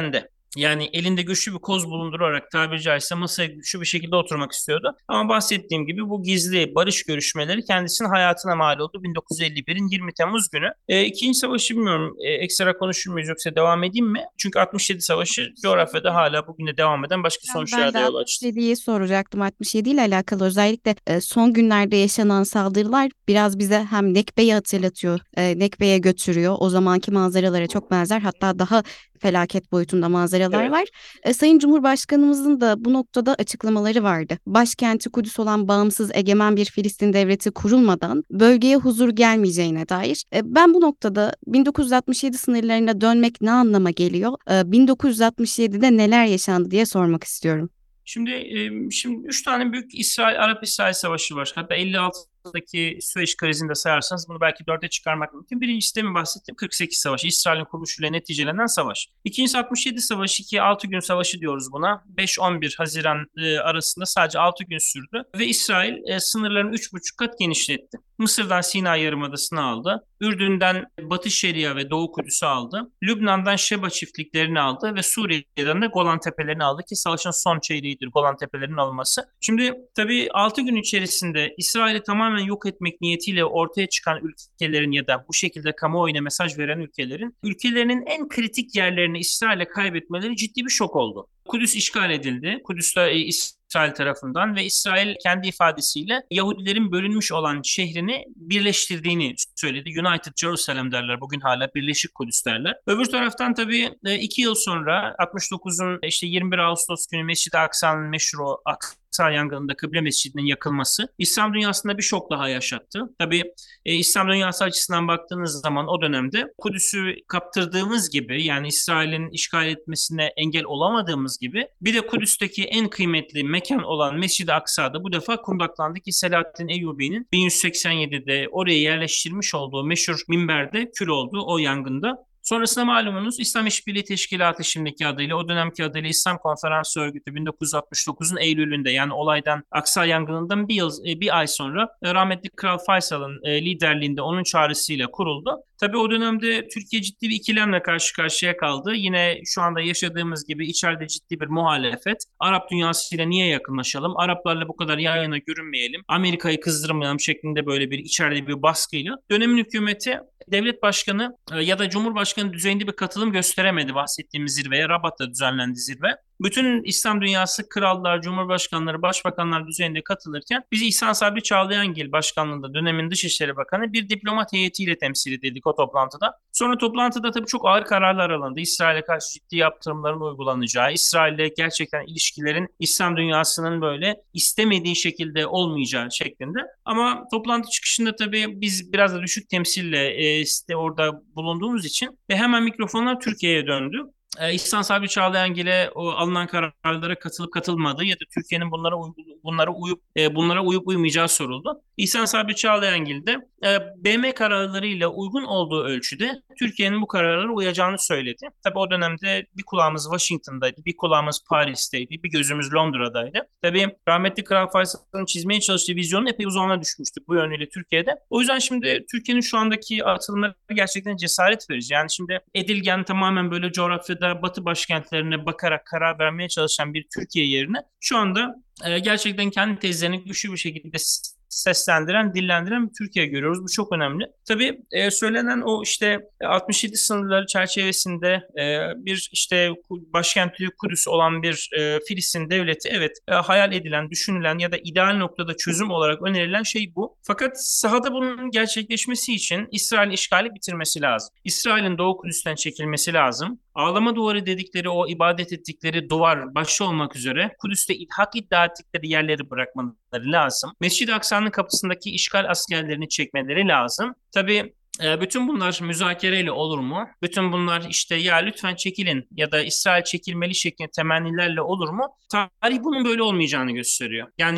Yani elinde güçlü bir koz bulundurarak tabiri caizse masaya güçlü bir şekilde oturmak istiyordu. Ama bahsettiğim gibi bu gizli barış görüşmeleri kendisinin hayatına mal oldu bin dokuz yüz elli birin yirmi Temmuz günü. E, İkinci savaşı bilmiyorum, e, ekstra konuşur muyuz yoksa devam edeyim mi? Çünkü altmış yedi Savaşı coğrafyada hala bugün de devam eden başka Ben ben sonuçlara de da yol açtı. altmış yediyi soracaktım. altmış yedi ile alakalı özellikle e, son günlerde yaşanan saldırılar biraz bize hem Nekbe'yi hatırlatıyor, e, Nekbe'ye götürüyor. O zamanki manzaralara çok benzer, hatta daha felaket boyutunda manzaralar Evet. var. E, Sayın Cumhurbaşkanımızın da bu noktada açıklamaları vardı. Başkenti Kudüs olan bağımsız egemen bir Filistin devleti kurulmadan bölgeye huzur gelmeyeceğine dair. E, ben bu noktada bin dokuz yüz altmış yedi sınırlarına dönmek ne anlama geliyor? E, bin dokuz yüz altmış yedide neler yaşandı diye sormak istiyorum. Şimdi e, şimdi üç tane büyük İsrail Arap-İsrail savaşı var. Hatta elli altıdaki Süveyş krizini de sayarsanız bunu belki dörde çıkarmak mümkün. Birincisi demin bahsettiğim kırk sekiz Savaşı. İsrail'in kuruluşuyla neticelenen savaş. İkincisi altmış yedi Savaşı ki altı gün savaşı diyoruz buna. beş on bir Haziran e, arasında sadece altı gün sürdü. Ve İsrail e, sınırlarını üç buçuk kat genişletti. Mısır'dan Sina Yarımadası'nı aldı. Ürdün'den Batı Şeria ve Doğu Kudüs'ü aldı. Lübnan'dan Şeba çiftliklerini aldı ve Suriye'den de Golan Tepelerini aldı ki savaşın son çeyreğidir Golan Tepelerinin alınması. Şimdi tabii altı gün içerisinde İsrail'i tamamen yok etmek niyetiyle ortaya çıkan ülkelerin ya da bu şekilde kamuoyuna mesaj veren ülkelerin ülkelerinin en kritik yerlerini İsrail'e kaybetmeleri ciddi bir şok oldu. Kudüs işgal edildi. Kudüs'te e, İsrail tarafından ve İsrail kendi ifadesiyle Yahudilerin bölünmüş olan şehrini birleştirdiğini söyledi. United Jerusalem derler. Bugün hala Birleşik Kudüs derler. Öbür taraftan tabii e, iki yıl sonra altmış dokuzun işte yirmi bir Ağustos günü Mescid-i Aksa'nın meşhur o Aksa yangınında Kıble Mescidi'nin yakılması İslam dünyasında bir şok daha yaşattı. Tabii e, İslam dünyası açısından baktığınız zaman o dönemde Kudüs'ü kaptırdığımız gibi yani İsrail'in işgal etmesine engel olamadığımız gibi bir de Kudüs'teki en kıymetli mekan olan Mescid-i Aksa'da bu defa kundaklandı ki Selahaddin Eyyubi'nin bin yüz seksen yedide oraya yerleştirmiş olduğu meşhur minberde kül oldu o yangında. Sonrasında malumunuz İslam İşbirliği Teşkilatı şimdiki adıyla o dönemki adıyla İslam Konferansı Örgütü bin dokuz yüz altmış dokuzun Eylül'ünde yani olaydan Aksa yangınından bir yıl bir ay sonra rahmetli Kral Faysal'ın liderliğinde onun çağrısıyla kuruldu. Tabii o dönemde Türkiye ciddi bir ikilemle karşı karşıya kaldı. Yine şu anda yaşadığımız gibi içeride ciddi bir muhalefet. Arap dünyasıyla niye yakınlaşalım? Araplarla bu kadar yan yana görünmeyelim. Amerika'yı kızdırmayalım şeklinde böyle bir içeride bir baskıyla. Dönemin hükümeti devlet başkanı ya da cumhurbaşkanı düzeyinde bir katılım gösteremedi bahsettiğimiz zirveye. Rabat'ta düzenlendi zirve. Bütün İslam dünyası krallar, cumhurbaşkanları, başbakanlar düzeyinde katılırken bizi İhsan Sabri Çağlayangil başkanlığında dönemin Dışişleri Bakanı bir diplomat heyetiyle temsil edildik o toplantıda. Sonra toplantıda tabii çok ağır kararlar alındı. İsrail'e karşı ciddi yaptırımların uygulanacağı, İsrail'le gerçekten ilişkilerin İslam dünyasının böyle istemediği şekilde olmayacağı şeklinde. Ama toplantı çıkışında tabii biz biraz da düşük temsille e, işte orada bulunduğumuz için ve hemen mikrofonlar Türkiye'ye döndü. e, İhsan Sabri Çağlayangil'e o alınan kararlara katılıp katılmadığı ya da Türkiye'nin bunlara uy bunlara uyup e, bunlara uyup uymayacağı soruldu. İhsan Sabri Çağlayangil de e, B M kararlarıyla uygun olduğu ölçüde Türkiye'nin bu kararlara uyacağını söyledi. Tabii o dönemde bir kulağımız Washington'daydı, bir kulağımız Paris'teydi, bir gözümüz Londra'daydı. Tabii rahmetli Kral Faysal'ın çizmeye çalıştığı vizyonun epey uzağına düşmüştük bu yönüyle Türkiye'de. O yüzden şimdi Türkiye'nin şu andaki atılımları gerçekten cesaret verici. Yani şimdi edilgen tamamen böyle coğrafyada batı başkentlerine bakarak karar vermeye çalışan bir Türkiye yerine şu anda e, gerçekten kendi tezlerini güçlü bir şekilde seslendiren, dillendiren bir Türkiye görüyoruz. Bu çok önemli. Tabii e, söylenen o işte altmış yedi sınırları çerçevesinde e, bir işte başkenti Kudüs olan bir e, Filistin devleti evet e, hayal edilen, düşünülen ya da ideal noktada çözüm olarak önerilen şey bu. Fakat sahada bunun gerçekleşmesi için İsrail işgali bitirmesi lazım. İsrail'in Doğu Kudüs'ten çekilmesi lazım. Ağlama duvarı dedikleri o ibadet ettikleri duvar başta olmak üzere Kudüs'te hak iddia ettikleri yerleri bırakmaları lazım. Mescid-i Aksa'nın kapısındaki işgal askerlerini çekmeleri lazım. Tabii e, bütün bunlar müzakereyle olur mu? Bütün bunlar işte ya lütfen çekilin ya da İsrail çekilmeli şeklinde temennilerle olur mu? Tarih bunun böyle olmayacağını gösteriyor. Yani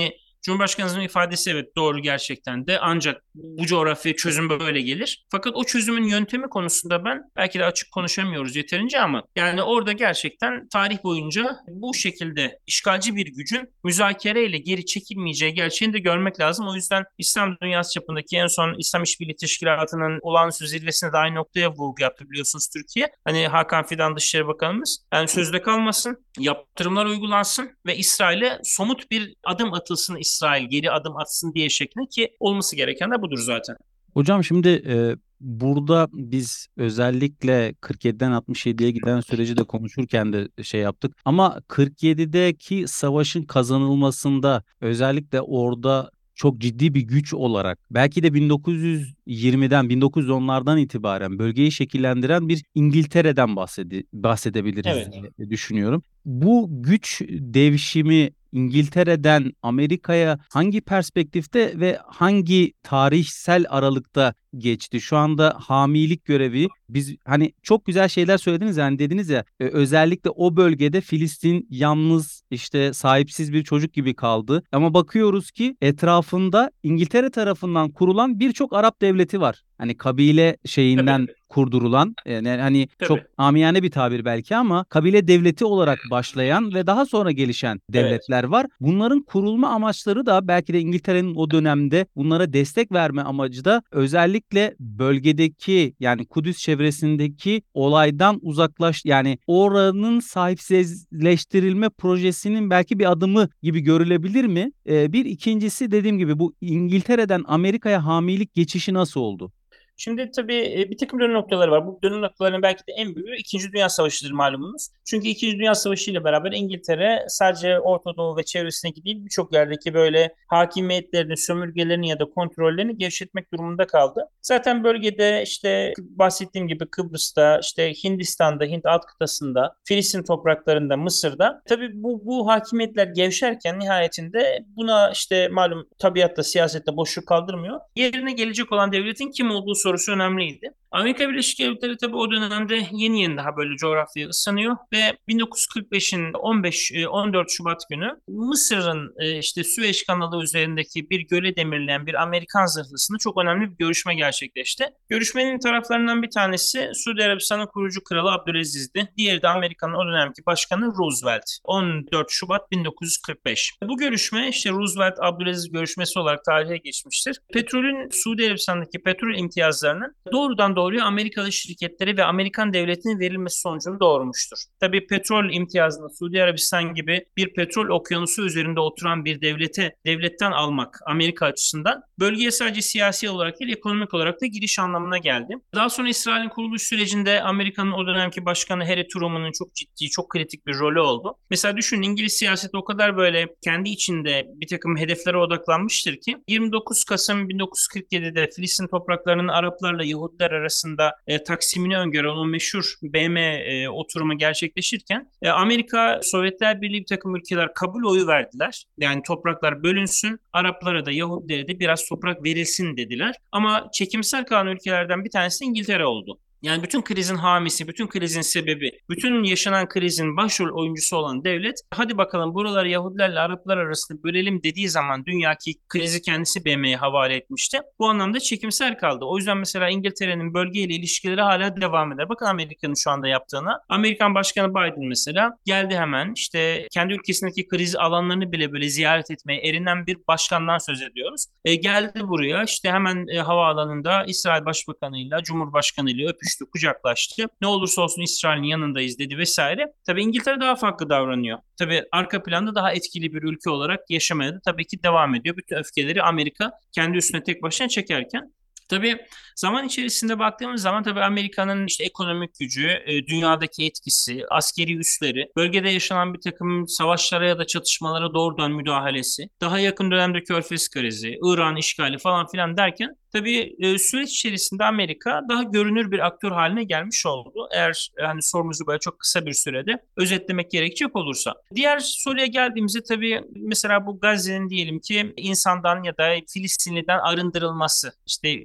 Cumhurbaşkanımızın ifadesi evet doğru gerçekten de, ancak bu coğrafya çözüm böyle gelir. Fakat o çözümün yöntemi konusunda ben belki de açık konuşamıyoruz yeterince, ama yani orada gerçekten tarih boyunca bu şekilde işgalci bir gücün müzakereyle geri çekilmeyeceği gerçeğini de görmek lazım. O yüzden İslam dünyası çapındaki en son İslam İşbirliği Teşkilatı'nın olağanüstü zirvesinde de aynı noktaya vurgu yaptı biliyorsunuz Türkiye. Hani Hakan Fidan Dışişleri Bakanımız, yani sözde kalmasın, yaptırımlar uygulansın ve İsrail'e somut bir adım atılsın, İsrail geri adım atsın diye şeklinde, ki olması gereken de budur zaten. Hocam şimdi e, burada biz özellikle kırk yediden altmış yediye giden süreci de konuşurken de şey yaptık. Ama kırk yedideki savaşın kazanılmasında özellikle orada çok ciddi bir güç olarak belki de bin dokuz yüz yirmiden bin dokuz yüz onlardan itibaren bölgeyi şekillendiren bir İngiltere'den bahsedi bahsedebiliriz Evet. diye düşünüyorum. Bu güç devşimi İngiltere'den Amerika'ya hangi perspektifte ve hangi tarihsel aralıkta geçti? Şu anda hamilik görevi, biz hani çok güzel şeyler söylediniz, yani dediniz ya e, özellikle o bölgede Filistin yalnız, işte sahipsiz bir çocuk gibi kaldı. Ama bakıyoruz ki etrafında İngiltere tarafından kurulan birçok Arap devleti var. Hani kabile şeyinden Tabii, kurdurulan, yani hani çok tabii. amiyane bir tabir belki ama kabile devleti olarak başlayan ve daha sonra gelişen Evet. devletler var. Bunların kurulma amaçları da belki de İngiltere'nin o dönemde bunlara destek verme amacı da özellikle bölgedeki, yani Kudüs çevresindeki olaydan uzaklaş, yani oranın sahipsizleştirilme projesinin belki bir adımı gibi görülebilir mi? Ee, bir ikincisi, dediğim gibi bu İngiltere'den Amerika'ya hamilik geçişi nasıl oldu? Şimdi tabii e, bir takım dönüm noktaları var. Bu dönüm noktalarının belki de en büyüğü İkinci Dünya Savaşı'dır malumunuz. Çünkü İkinci Dünya Savaşı ile beraber İngiltere sadece Orta Doğu ve çevresindeki değil, birçok yerdeki böyle hakimiyetlerini, sömürgelerini ya da kontrollerini gevşetmek durumunda kaldı. Zaten bölgede işte bahsettiğim gibi Kıbrıs'ta, işte Hindistan'da, Hint alt kıtasında, Filistin topraklarında, Mısır'da tabii bu, bu hakimiyetler gevşerken nihayetinde buna işte malum tabiatta, siyasette boşluk kaldırmıyor. Yerine gelecek olan devletin kim olduğu sorusu önemliydi. Amerika Birleşik Devletleri tabii o dönemde yeni yeni daha böyle coğrafyaya ısınıyor ve bin dokuz yüz kırk beşin on beş on dört Şubat günü Mısır'ın e, işte Süveyş kanalı üzerindeki bir göle demirleyen bir Amerikan zırhlısında çok önemli bir görüşme gerçekleşti. Görüşmenin taraflarından bir tanesi Suudi Arabistan'ın kurucu kralı Abdülaziz'di. Diğeri de Amerika'nın o dönemki başkanı Roosevelt. on dört Şubat bin dokuz yüz kırk beş. Bu görüşme işte Roosevelt-Abdülaziz görüşmesi olarak tarihe geçmiştir. Petrolün, Suudi Arabistan'daki petrol imtiyazlarının doğrudan doğruya Amerikalı şirketlere ve Amerikan devletine verilmesi sonucunu doğurmuştur. Tabii petrol imtiyazını Suudi Arabistan gibi bir petrol okyanusu üzerinde oturan bir devlete, devletten almak Amerika açısından bölgeye sadece siyasi olarak değil, ekonomik olarak da giriş anlamına geldi. Daha sonra İsrail'in kuruluş sürecinde Amerika'nın o dönemki başkanı Harry Truman'ın çok ciddi, çok kritik bir rolü oldu. Mesela düşünün, İngiliz siyaseti o kadar böyle kendi içinde bir takım hedeflere odaklanmıştır ki yirmi dokuz Kasım bin dokuz yüz kırk yedide Filistin topraklarının Araplarla Yahudiler arasında e, taksimini öngören o meşhur B M e, oturumu gerçekleşirken e, Amerika, Sovyetler Birliği, bir takım ülkeler kabul oyu verdiler. Yani topraklar bölünsün, Araplara da Yahudilere de biraz toprak verilsin dediler. Ama çekimsel kalan ülkelerden bir tanesi İngiltere oldu. Yani bütün krizin hamisi, bütün krizin sebebi, bütün yaşanan krizin başrol oyuncusu olan devlet, hadi bakalım buraları Yahudilerle Araplar arasında bölelim dediği zaman dünyaki krizi kendisi B M'ye havale etmişti. Bu anlamda çekimsel kaldı. O yüzden mesela İngiltere'nin bölgeyle ilişkileri hala devam eder. Bakın Amerika'nın şu anda yaptığına. Amerikan Başkanı Biden mesela geldi, hemen işte kendi ülkesindeki kriz alanlarını bile böyle ziyaret etmeye erinen bir başkandan söz ediyoruz. E, geldi buraya, işte hemen e, havaalanında İsrail Başbakanı'yla, Cumhurbaşkanı'yla öpüştü, kucaklaştı. Ne olursa olsun İsrail'in yanındayız dedi vesaire. Tabii İngiltere daha farklı davranıyor. Tabii arka planda daha etkili bir ülke olarak yaşamaya da tabii ki devam ediyor. Bütün öfkeleri Amerika kendi üstüne tek başına çekerken. Tabii zaman içerisinde baktığımız zaman tabii Amerika'nın işte ekonomik gücü, e, dünyadaki etkisi, askeri üsleri, bölgede yaşanan bir takım savaşlara ya da çatışmalara doğrudan müdahalesi, daha yakın dönemde Körfez krizi, İran işgali falan filan derken tabii e, süreç içerisinde Amerika daha görünür bir aktör haline gelmiş oldu. Eğer hani sorumuzu böyle çok kısa bir sürede özetlemek gerekecek olursa. Diğer soruya geldiğimizde tabii mesela bu Gazze'nin diyelim ki insandan ya da Filistinli'den arındırılması, işte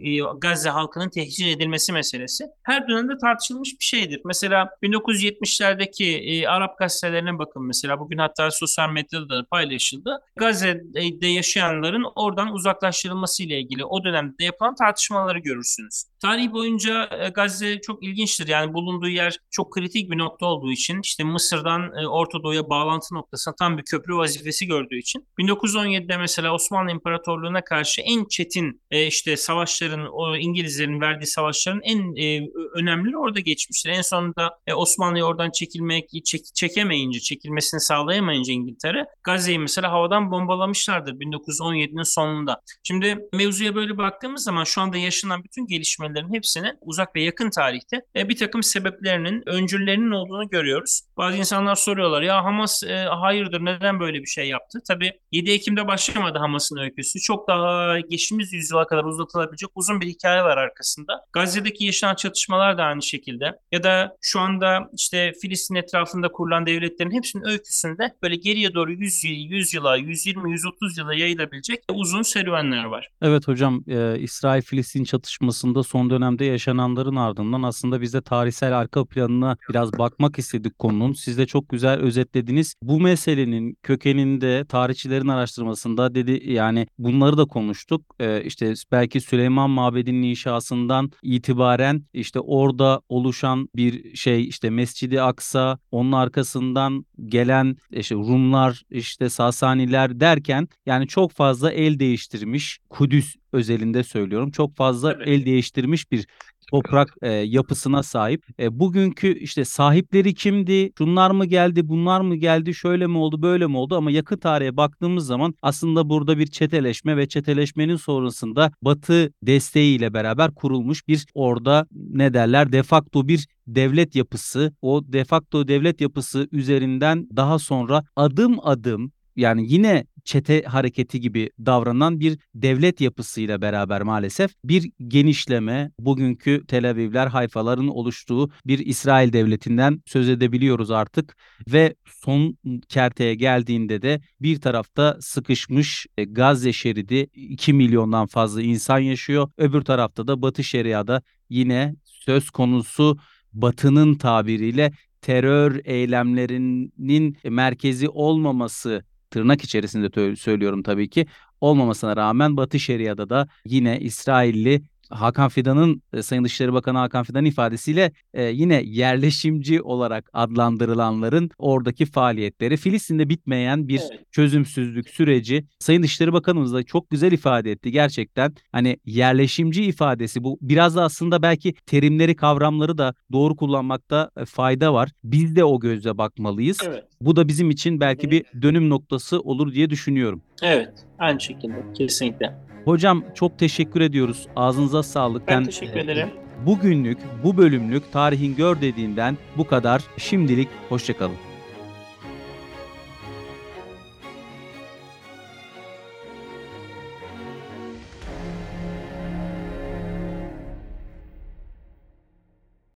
e, Gazze halkının tehcir edilmesi meselesi her dönemde tartışılmış bir şeydir. Mesela bin dokuz yüz yetmişlerdeki e, Arap gazetelerine bakın mesela, bugün hatta sosyal medyada da paylaşıldı. Gazze'de yaşayanların oradan uzaklaştırılması ile ilgili o dönemde yapılan tartışmaları görürsünüz. Tarih boyunca e, Gazze çok ilginçtir. Yani bulunduğu yer çok kritik bir nokta olduğu için, işte Mısır'dan e, Orta Doğu'ya bağlantı noktasına tam bir köprü vazifesi gördüğü için bin dokuz yüz on yedide mesela Osmanlı İmparatorluğu'na karşı en çetin e, işte savaşların, o İngilizlerin verdiği savaşların en e, önemlileri orada geçmiştir. En sonunda e, Osmanlı'yı oradan çekilmek çek, çekemeyince, çekilmesini sağlayamayınca İngiltere, Gazze'yi mesela havadan bombalamışlardır bin dokuz yüz on yedinin sonunda. Şimdi mevzuya böyle baktığımız zaman şu anda yaşanan bütün gelişmelerin hepsinin uzak ve yakın tarihte e, bir takım sebeplerinin, öncüllerinin olduğunu görüyoruz. Bazı insanlar soruyorlar, ya Hamas e, hayırdır, neden böyle bir şey yaptı? Tabii yedi Ekim'de başlamadı Hamas'ın öyküsü. Çok daha geçtiğimiz yüzyıla kadar uzatılabilecek uzun bir hikaye var arkasında. Gazze'deki yaşanan çatışmalar da aynı şekilde. Ya da şu anda işte Filistin etrafında kurulan devletlerin hepsinin öyküsünde böyle geriye doğru yüz, yüz yıla, yüz yirmi yüz otuz yıla yayılabilecek uzun serüvenler var. Evet hocam, e, İsrail-Filistin çatışmasında son dönemde yaşananların ardından aslında biz de tarihsel arka planına biraz bakmak istedik konunun. Siz de çok güzel özetlediniz. Bu meselenin kökeninde tarihçilerin araştırmasında dedi, yani bunları da konuştuk. E, işte belki Süleyman Mabedi'nin inşasından itibaren işte orada oluşan bir şey, işte Mescid-i Aksa, onun arkasından gelen işte Rumlar, işte Sasaniler derken yani çok fazla el değiştirmiş, Kudüs özelinde söylüyorum, çok fazla Evet. el değiştirmiş bir toprak e, yapısına sahip. E, bugünkü işte sahipleri kimdi? Şunlar mı geldi, bunlar mı geldi, şöyle mi oldu, böyle mi oldu? Ama yakın tarihe baktığımız zaman aslında burada bir çeteleşme ve çeteleşmenin sonrasında Batı desteğiyle beraber kurulmuş bir, orada ne derler, de facto bir devlet yapısı. O de facto devlet yapısı üzerinden daha sonra adım adım, yani yine çete hareketi gibi davranan bir devlet yapısıyla beraber maalesef bir genişleme, bugünkü Tel Avivler, Hayfaların oluştuğu bir İsrail devletinden söz edebiliyoruz artık. Ve son kerteye geldiğinde de bir tarafta sıkışmış e, Gazze şeridi, iki milyondan fazla insan yaşıyor. Öbür tarafta da Batı Şeria'da yine söz konusu, Batı'nın tabiriyle terör eylemlerinin merkezi olmaması, tırnak içerisinde tö- söylüyorum tabii ki, olmamasına rağmen Batı Şeria'da da yine İsrailli Hakan Fidan'ın, e, Sayın Dışişleri Bakanı Hakan Fidan'ın ifadesiyle e, yine yerleşimci olarak adlandırılanların oradaki faaliyetleri, Filistin'de bitmeyen bir Evet. çözümsüzlük süreci. Sayın Dışişleri Bakanımız da çok güzel ifade etti gerçekten. Hani yerleşimci ifadesi, bu biraz da aslında belki terimleri, kavramları da doğru kullanmakta e, fayda var. Biz de o gözle bakmalıyız. Evet. Bu da bizim için belki bir dönüm noktası olur diye düşünüyorum. Evet. Aynı şekilde. Kesinlikle. Hocam çok teşekkür ediyoruz. Ağzınıza sağlık. Ben teşekkür ederim. Bugünlük, bu bölümlük Tarihin Gör dediğinden bu kadar. Şimdilik hoşça kalın.